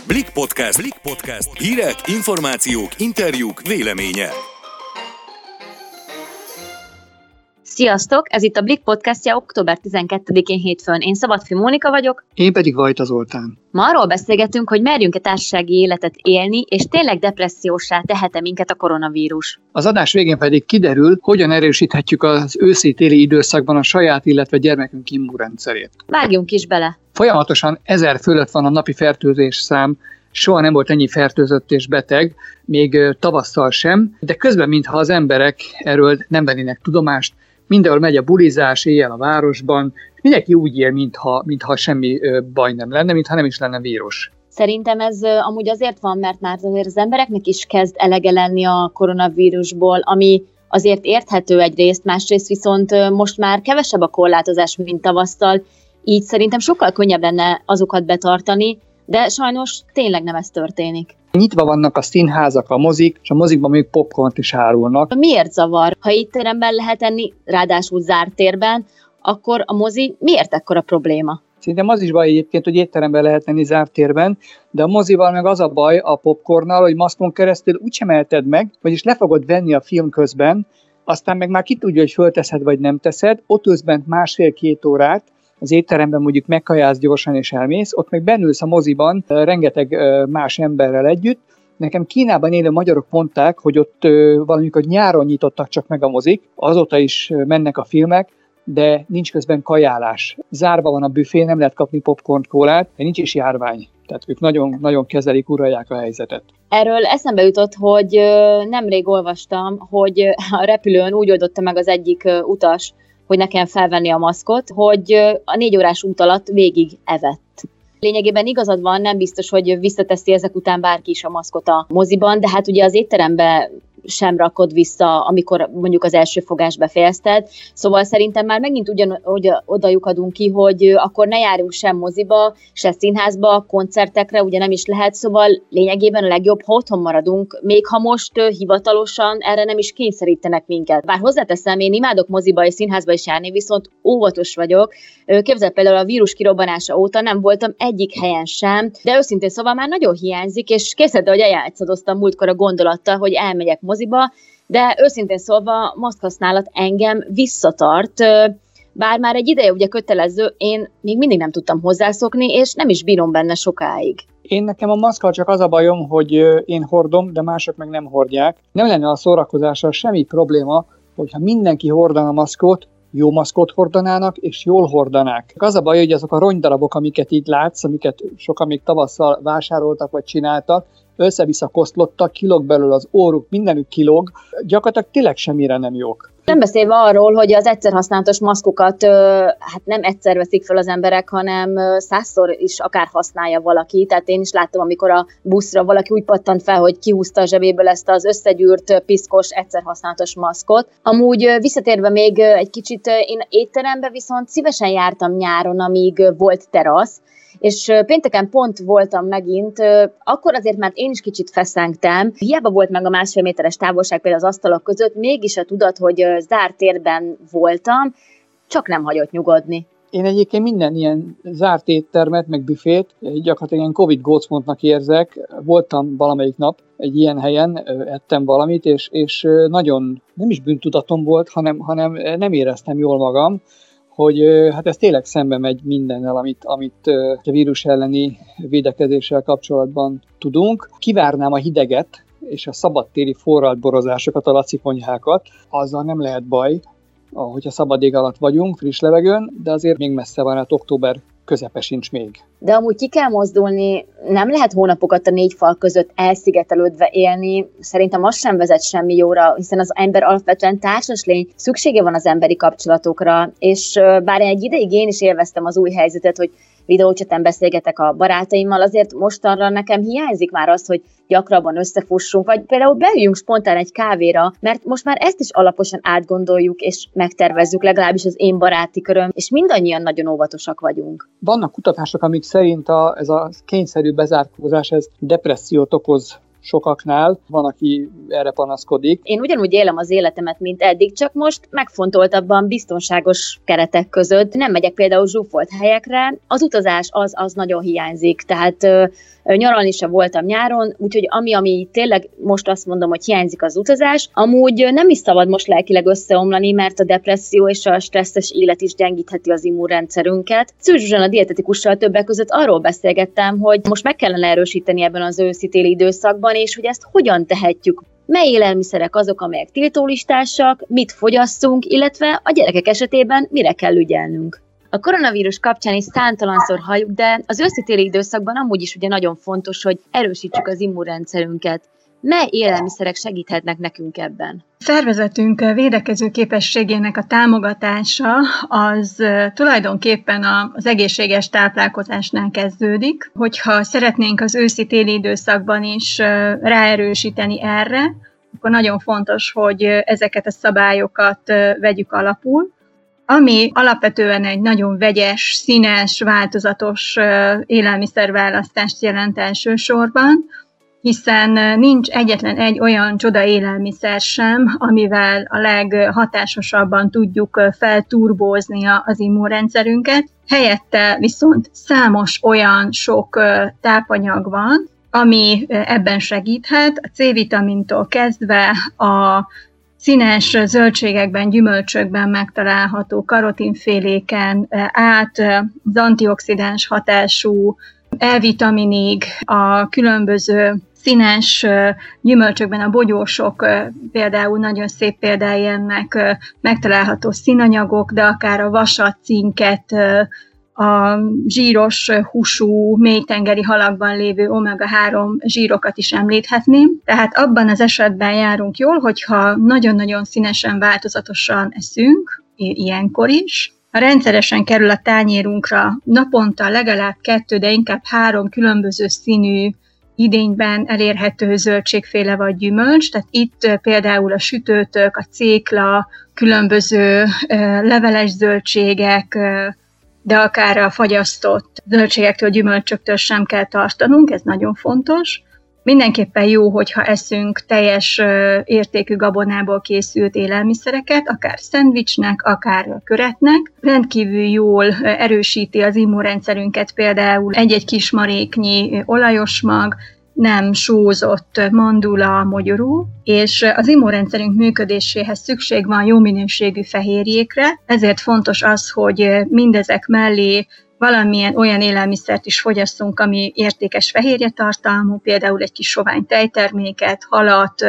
Blik Podcast. Blik Podcast. Hírek, információk, interjúk, véleménye. Sziasztok! Ez itt a Blik Podcastja október 12-én hétfőn. Én Szabadfi Mónika vagyok. Én pedig Vajta Zoltán. Ma arról beszélgetünk, hogy merjünk-e társasági életet élni, és tényleg depresszióssá tehet-e minket a koronavírus. Az adás végén pedig kiderül, hogyan erősíthetjük az őszi-téli időszakban a saját, illetve gyermekünk immunrendszerét. Vágjunk is bele! Folyamatosan 1000 fölött van a napi fertőzés szám, soha nem volt ennyi fertőzött és beteg, még tavasszal sem, de közben mintha az emberek erről nem vennének tudomást, mindenhol megy a bulizás éjjel a városban, mindenki úgy él, mintha semmi baj nem lenne, mintha nem is lenne vírus. Szerintem ez amúgy azért van, mert már azért az embereknek is kezd elege lenni a koronavírusból, ami azért érthető egyrészt, másrészt viszont most már kevesebb a korlátozás, mint tavasszal, így szerintem sokkal könnyebb lenne azokat betartani, de sajnos tényleg nem ez történik. Nyitva vannak a színházak, a mozik, és a mozikban még popcornt is árulnak. Miért zavar? Ha étteremben lehet enni, ráadásul zárt térben, akkor a mozi miért ekkora probléma? Szerintem az is baj egyébként, hogy étteremben lehet enni zárt térben, de a mozival meg az a baj a popcornnal, hogy maszkon keresztül úgysem eheted meg, vagyis le fogod venni a film közben, aztán meg már ki tudja, hogy fölteszed vagy nem teszed, ott ülsz bent 1,5-2 órát, az étteremben mondjuk megkajálsz gyorsan és elmész, ott meg bennülsz a moziban rengeteg más emberrel együtt. Nekem Kínában élő magyarok mondták, hogy ott valamikor nyáron nyitottak csak meg a mozik, azóta is mennek a filmek, de nincs közben kajálás. Zárva van a büfé, nem lehet kapni popcorn, kólát, de nincs is járvány. Tehát ők nagyon kezelik, uralják a helyzetet. Erről eszembe jutott, hogy nemrég olvastam, hogy a repülőn úgy oldotta meg az egyik utas, hogy ne kell felvenni a maszkot, hogy a 4 órás út alatt végig evett. Lényegében igazad van, nem biztos, hogy visszateszi ezek után bárki is a maszkot a moziban, de hát ugye az étterembe sem rakod vissza, amikor mondjuk az első fogást befejezted. Szóval szerintem már megint oda lyukadunk ki, hogy akkor ne járjunk sem moziba, se színházba, koncertekre, ugye nem is lehet, szóval lényegében a legjobb, ha otthon maradunk, még ha most hivatalosan erre nem is kényszerítenek minket. Bár hozzáteszem, én imádok moziba és színházba is járni, viszont óvatos vagyok. Képzeld, például a vírus kirobbanása óta nem voltam egyik helyen sem, de őszintén szóval már nagyon hiányzik, és képzeld, hogy eljátszadoztam múltkor a gondolattal, hogy elmegyek moziba, de őszintén szólva maszkhasználat engem visszatart, bár már egy ideje ugye kötelező, én még mindig nem tudtam hozzászokni, és nem is bírom benne sokáig. Nekem a maszkkal csak az a bajom, hogy én hordom, de mások meg nem hordják. Nem lenne a szórakozással semmi probléma, hogyha mindenki hordana maszkot, jó maszkot hordanának, és jól hordanák. Az a baj, hogy azok a rongydarabok, amiket így látsz, amiket sokan még tavasszal vásároltak vagy csináltak, össze-vissza koszlottak, kilóg belőle az óruk, mindenük kilóg, gyakorlatilag tényleg semmire nem jók. Nem beszélve arról, hogy az egyszer használatos maszkokat hát nem egyszer veszik fel az emberek, hanem 100-szor is akár használja valaki. Tehát én is láttam, amikor a buszra valaki úgy pattant fel, hogy kihúzta a zsebéből ezt az összegyűrt, piszkos, egyszer használatos maszkot. Amúgy visszatérve még egy kicsit, én étterembe viszont szívesen jártam nyáron, amíg volt terasz, és pénteken pont voltam megint, akkor azért már én is kicsit feszengtem. Hiába volt meg a 1,5 méteres távolság például az asztalok között, mégis a tudat, hogy zárt térben voltam, csak nem hagyott nyugodni. Én egyébként minden ilyen zárt éttermet, meg büfét gyakorlatilag ilyen Covid gócpontnak érzek. Voltam valamelyik nap egy ilyen helyen, ettem valamit, és nagyon nem is bűntudatom volt, hanem nem éreztem jól magam, hogy hát ez tényleg szembe megy mindennel, amit a vírus elleni védekezéssel kapcsolatban tudunk. Kivárnám a hideget és a szabadtéri forralt borozásokat, a laci konyhákat, azzal nem lehet baj, hogyha szabad ég alatt vagyunk, friss levegőn, de azért még messze van, hát október közepe sincs még. De amúgy ki kell mozdulni, nem lehet hónapokat a 4 fal között elszigetelődve élni, szerintem az sem vezet semmi jóra, hiszen az ember alapvetően társas lény, szüksége van az emberi kapcsolatokra, és bár egy ideig én is élveztem az új helyzetet, hogy videócsaten beszélgetek a barátaimmal, azért mostanra nekem hiányzik már az, hogy gyakrabban összefussunk, vagy például beüljünk spontán egy kávéra, mert most már ezt is alaposan átgondoljuk és megtervezzük, legalábbis az én baráti köröm, és mindannyian nagyon óvatosak vagyunk. Vannak kutatások, amik szerint ez a kényszerű bezárkózás, ez depressziót okoz sokaknál, van, aki erre panaszkodik. Én ugyanúgy élem az életemet, mint eddig, csak most megfontoltabban, biztonságos keretek között. Nem megyek például zsúfolt helyekre, az utazás az nagyon hiányzik, tehát nyaralni sem voltam nyáron, úgyhogy ami tényleg most azt mondom, hogy hiányzik az utazás, amúgy nem is szabad most lelkileg összeomlani, mert a depresszió és a stresszes élet is gyengítheti az immunrendszerünket. Szűcs Zsuzsana dietetikussal többek között arról beszélgettem, hogy most meg kellene erősíteni ebben az őszi-téli időszakban, és hogy ezt hogyan tehetjük. Mely élelmiszerek azok, amelyek tiltólistásak, mit fogyasszunk, illetve a gyerekek esetében mire kell ügyelnünk. A koronavírus kapcsán is számtalanszor halljuk, de az őszi-téli időszakban amúgy is ugye nagyon fontos, hogy erősítsük az immunrendszerünket. Mely élelmiszerek segíthetnek nekünk ebben? Szervezetünk védekező képességének a támogatása az tulajdonképpen az egészséges táplálkozásnál kezdődik. Hogyha szeretnénk az őszi-téli időszakban is ráerősíteni erre, akkor nagyon fontos, hogy ezeket a szabályokat vegyük alapul. Ami alapvetően egy nagyon vegyes, színes, változatos élelmiszerválasztást jelent elsősorban, hiszen nincs egyetlen egy olyan csoda élelmiszer sem, amivel a leghatásosabban tudjuk felturbózni az immunrendszerünket. Helyette viszont számos olyan sok tápanyag van, ami ebben segíthet, a C-vitamintól kezdve a színes zöldségekben, gyümölcsökben megtalálható karotinféléken át az antioxidáns hatású E-vitaminig, a különböző színes gyümölcsökben a bogyósok például nagyon szép példái ennek, megtalálható színanyagok, de akár a vasat, cinket, a zsíros húsú, mélytengeri halakban lévő omega-3 zsírokat is említhetném. Tehát abban az esetben járunk jól, hogyha nagyon-nagyon színesen, változatosan eszünk, ilyenkor is. Ha rendszeresen kerül a tányérunkra naponta legalább 2, de inkább 3 különböző színű, idényben elérhető zöldségféle vagy gyümölcs, tehát itt például a sütőtök, a cékla, különböző leveles zöldségek, de akár a fagyasztott zöldségektől, gyümölcsöktől sem kell tartanunk, ez nagyon fontos. Mindenképpen jó, hogyha eszünk teljes értékű gabonából készült élelmiszereket, akár szendvicsnek, akár köretnek. Rendkívül jól erősíti az immunrendszerünket például egy-egy kis maréknyi olajos mag, nem sózott mandula, mogyoró, és az immunrendszerünk működéséhez szükség van jó minőségű fehérjékre, ezért fontos az, hogy mindezek mellé valamilyen olyan élelmiszert is fogyasszunk, ami értékes fehérjetartalmú, például egy kis sovány tejterméket, halat,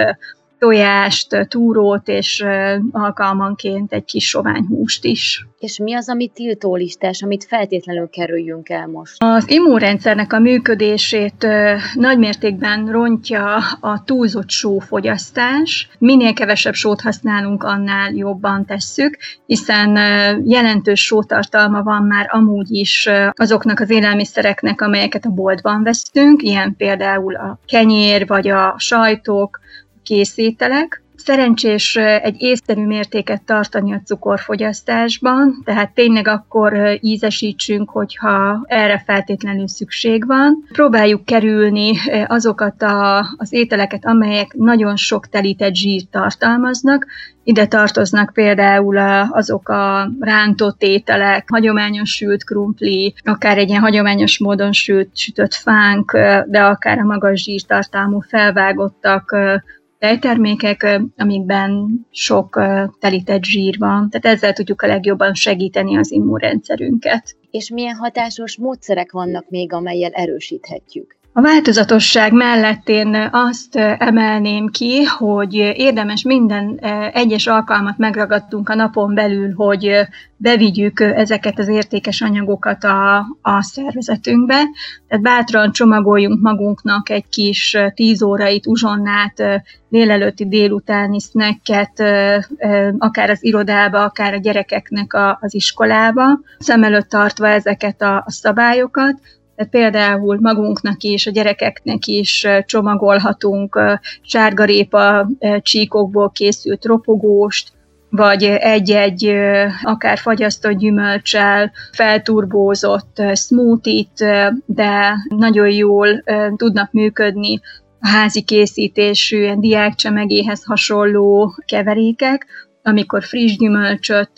tojást, túrót, és alkalmanként egy kis sovány húst is. És mi az, ami tiltólistás, amit feltétlenül kerüljünk el most? Az immunrendszernek a működését nagymértékben rontja a túlzott sófogyasztás. Minél kevesebb sót használunk, annál jobban tesszük, hiszen jelentős sótartalma van már amúgy is azoknak az élelmiszereknek, amelyeket a boltban veszünk, ilyen például a kenyér vagy a sajtok, készételek. Szerencsés egy észszerű mértéket tartani a cukorfogyasztásban, tehát tényleg akkor ízesítsünk, hogyha erre feltétlenül szükség van. Próbáljuk kerülni azokat az ételeket, amelyek nagyon sok telített zsírt tartalmaznak. Ide tartoznak például azok a rántott ételek, hagyományos sült krumpli, akár egy ilyen hagyományos módon sütött fánk, de akár a magas zsírtartalmú felvágottak, tejtermékek, amikben sok telített zsír van. Tehát ezzel tudjuk a legjobban segíteni az immunrendszerünket. És milyen hatásos módszerek vannak még, amellyel erősíthetjük? A változatosság mellett én azt emelném ki, hogy érdemes minden egyes alkalmat megragadtunk a napon belül, hogy bevigyük ezeket az értékes anyagokat a szervezetünkbe. Tehát bátran csomagoljunk magunknak egy kis 10 órait uzsonnát, délelőtti, délutáni snacket, akár az irodába, akár a gyerekeknek az iskolába, szem előtt tartva ezeket a szabályokat. Tehát például magunknak is, a gyerekeknek is csomagolhatunk sárgarépa csíkokból készült ropogóst, vagy egy-egy akár fagyasztott gyümölccsel felturbózott smoothie-t, de nagyon jól tudnak működni a házi készítésű diákcsemegéhez hasonló keverékek, amikor friss gyümölcsöt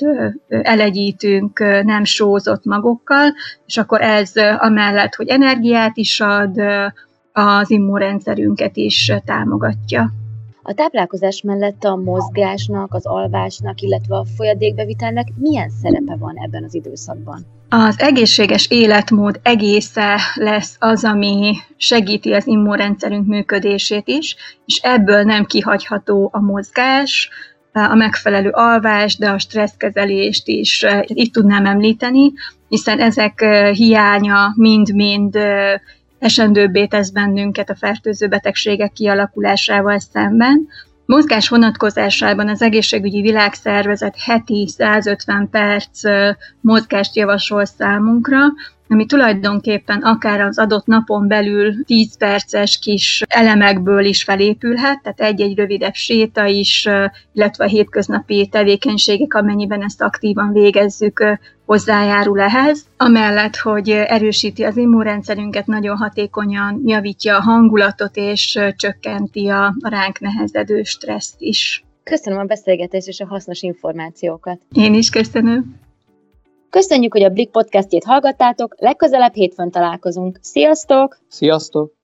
elegyítünk nem sózott magokkal, és akkor ez amellett, hogy energiát is ad, az immunrendszerünket is támogatja. A táplálkozás mellett a mozgásnak, az alvásnak, illetve a folyadékbevitelnek milyen szerepe van ebben az időszakban? Az egészséges életmód egésze lesz az, ami segíti az immunrendszerünk működését is, és ebből nem kihagyható a mozgás, a megfelelő alvás, de a stresszkezelést is itt tudnám említeni, hiszen ezek hiánya mind-mind esendőbbé tesz bennünket a fertőző betegségek kialakulásával szemben. Mozgás vonatkozásában az Egészségügyi Világszervezet heti 150 perc mozgást javasol számunkra, ami tulajdonképpen akár az adott napon belül 10 perces kis elemekből is felépülhet, tehát egy-egy rövidebb séta is, illetve a hétköznapi tevékenységek, amennyiben ezt aktívan végezzük, hozzájárul ehhez. Amellett, hogy erősíti az immunrendszerünket, nagyon hatékonyan javítja a hangulatot és csökkenti a ránk nehezedő stresszt is. Köszönöm a beszélgetést és a hasznos információkat. Én is köszönöm. Köszönjük, hogy a Blik podcastjét hallgattátok, legközelebb hétfőn találkozunk. Sziasztok! Sziasztok!